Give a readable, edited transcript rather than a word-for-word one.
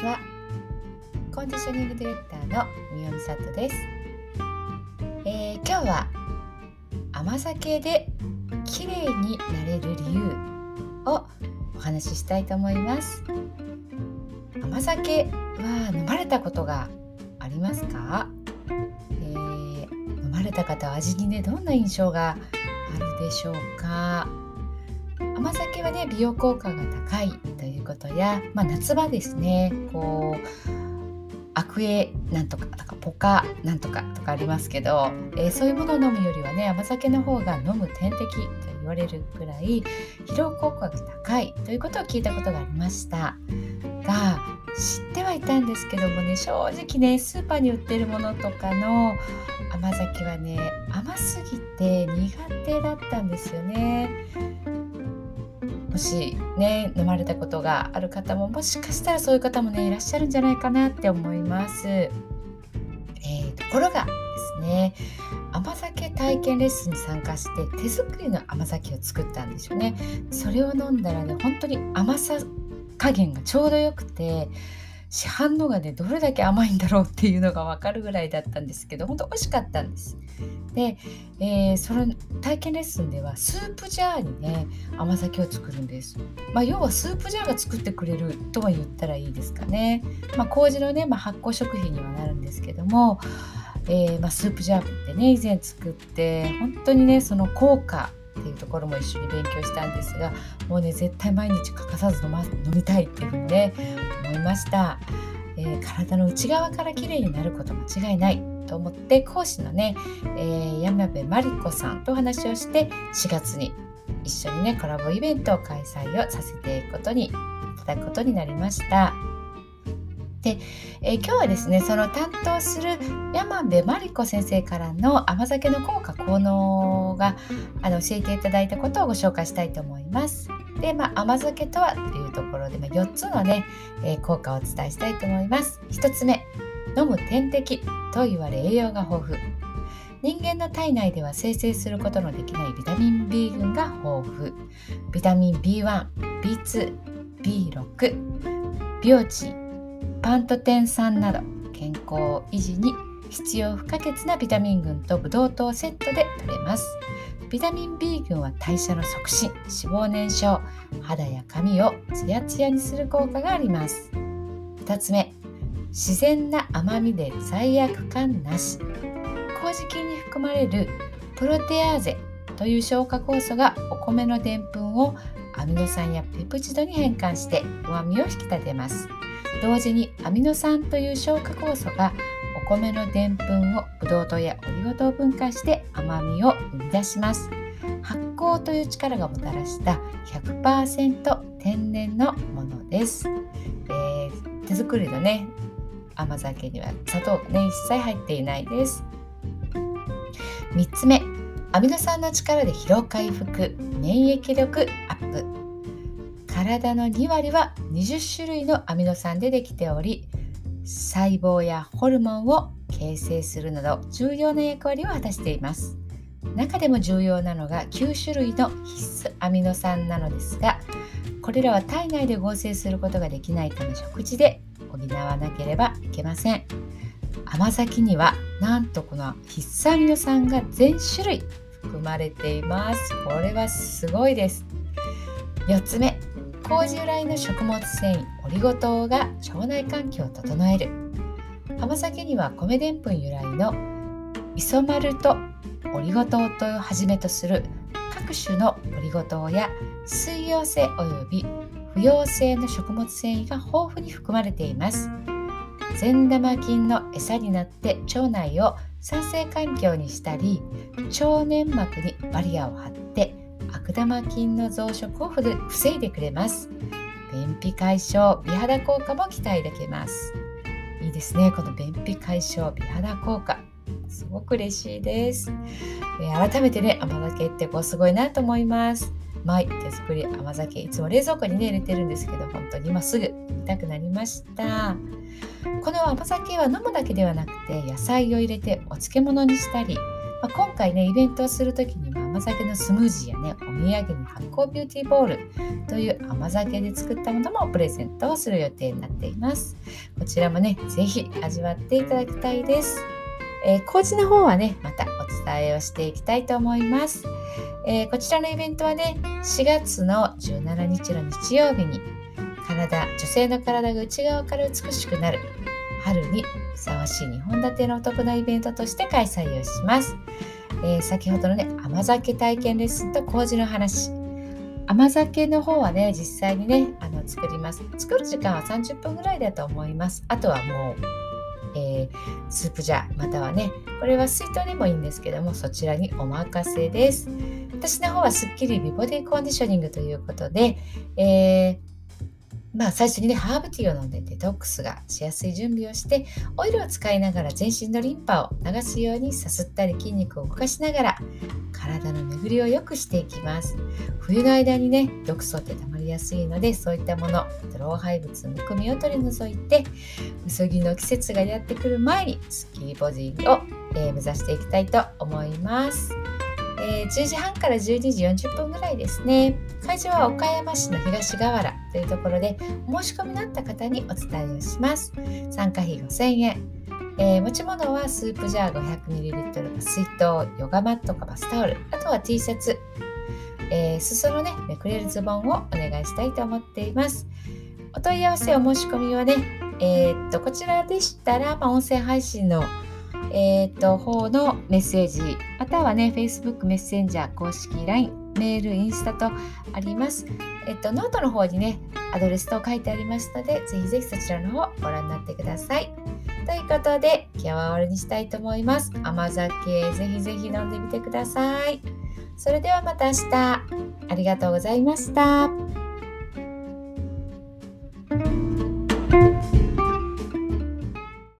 は。コンディショニングディレクターの三尾美里です。今日は甘酒で綺麗になれる理由をお話ししたいと思います。甘酒は飲まれたことがありますか？飲まれた方は味にね、どんな印象があるでしょうか？甘酒はね、美容効果が高いということや、夏場ですね、アクエなんとかとかポカなんとかとかありますけど、そういうものを飲むよりはね、甘酒の方が飲む天敵と言われるくらい疲労効果が高いということを聞いたことがありましたが、知ってはいたんですけどもね、正直ね、スーパーに売っているものとかの甘酒はね、甘すぎて苦手だったんですよね。もしね、飲まれたことがある方も、もしかしたらそういう方もね、いらっしゃるんじゃないかなって思います。ところがですね、甘酒体験レッスンに参加して手作りの甘酒を作ったんですよね。それを飲んだらね、本当に甘さ加減がちょうどよくて、市販のがね、どれだけ甘いんだろうっていうのが分かるぐらいだったんですけど、本当美味しかったんです。で、その体験レッスンではスープジャーにね、甘酒を作るんです。要はスープジャーが作ってくれるとは言ったらいいですかね。麹のね、発酵食品にはなるんですけども、スープジャーってね、以前作って本当にね、その効果っていうところも一緒に勉強したんですが、もうね、絶対毎日欠かさず飲みたいっていうふうにね、思いました。体の内側からきれいになること間違いないと思って、講師のね、山部真理子さんとお話をして4月に一緒にね、コラボイベントを開催をさせていただくことになりました。で、今日はですね、その担当する山部真理子先生からの甘酒の効果効能が教えていただいたことをご紹介したいと思います。で、甘酒とはというところで、4つのね、効果をお伝えしたいと思います。1つ目、飲む天敵と言われ栄養が豊富。人間の体内では生成することのできないビタミン B 群が豊富。ビタミン B1、B2、B6、ビオチン、パントテン酸など健康維持に必要不可欠なビタミン群とブドウ糖セットで摂れます。ビタミン B 群は代謝の促進、脂肪燃焼、肌や髪をツヤツヤにする効果があります。2つ目、自然な甘みで罪悪感なし。麹菌に含まれるプロテアーゼという消化酵素がお米のでんぷんをアミノ酸やペプチドに変換して旨味を引き立てます。同時にアミノ酸という消化酵素がお米のでんぷんをブドウ糖やオリゴ糖分解して甘みを生み出します。発酵という力がもたらした 100% 天然のものです。手作りのね、甘酒には砂糖がね、一切入っていないです。3つ目、アミノ酸の力で疲労回復、免疫力アップ。体の2割は20種類のアミノ酸でできており、細胞やホルモンを形成するなど重要な役割を果たしています。中でも重要なのが9種類の必須アミノ酸なのですが、これらは体内で合成することができないため、食事で補わなければいけません。甘酒にはなんとこの必須アミノ酸が全種類含まれています。これはすごいです。4つ目、麹由来の食物繊維オリゴ糖が腸内環境を整える。甘酒には米でんぷん由来のイソマルトオリゴ糖をはじめとする各種のオリゴ糖や水溶性および不溶性の食物繊維が豊富に含まれています。善玉菌の餌になって腸内を酸性環境にしたり、腸粘膜にバリアを張って悪玉菌の増殖を防いでくれます。便秘解消、美肌効果も期待できます。いいですね、この便秘解消、美肌効果、すごく嬉しいです。改めてね、甘酒ってすごいなと思います。手作り甘酒、いつも冷蔵庫にね入れてるんですけど、本当に今すぐ飲みたくなりました。この甘酒は飲むだけではなくて、野菜を入れてお漬物にしたり、今回ねイベントをする時には甘酒のスムージーやね、お土産に発酵ビューティーボールという甘酒で作ったものもプレゼントをする予定になっています。こちらもね、ぜひ味わっていただきたいです。麹の方はね、またお伝えをしていきたいと思います。こちらのイベントはね、4月の17日の日曜日に女性の体が内側から美しくなる春にふさわしい2本立てのお得なイベントとして開催をします。先ほどのね、甘酒体験レッスンと麹の話、甘酒の方はね、実際にね作ります。作る時間は30分ぐらいだと思います。あとはもう、スープジャーまたはね、これは水筒でもいいんですけども、そちらにお任せです。私の方はスッキリ美ボディコンディショニングということで、最初にね、ハーブティーを飲んでデトックスがしやすい準備をして、オイルを使いながら全身のリンパを流すようにさすったり筋肉を動かしながら体の巡りを良くしていきます。冬の間にね、毒素って溜まりやすいので、そういったもの、老廃物、むくみを取り除いて、薄着の季節がやってくる前にスッキリボディを、目指していきたいと思います。10時半から12時40分ぐらいですね。会場は岡山市の東河原というところで、お申し込みのあった方にお伝えをします。参加費5000円。持ち物はスープジャー 500ml か水筒、ヨガマットかバスタオル、あとは T シャツ、裾のね、めくれるズボンをお願いしたいと思っています。お問い合わせお申し込みはね、こちらでしたら、音声配信の方のメッセージ、またはね Facebook メッセンジャー公式 LINE、メール、インスタとあります。ノートの方にねアドレスと書いてありますので、ぜひぜひそちらの方ご覧になってください。ということで、今日は終わりにしたいと思います。甘酒ぜひぜひ飲んでみてください。それではまた明日。ありがとうございました。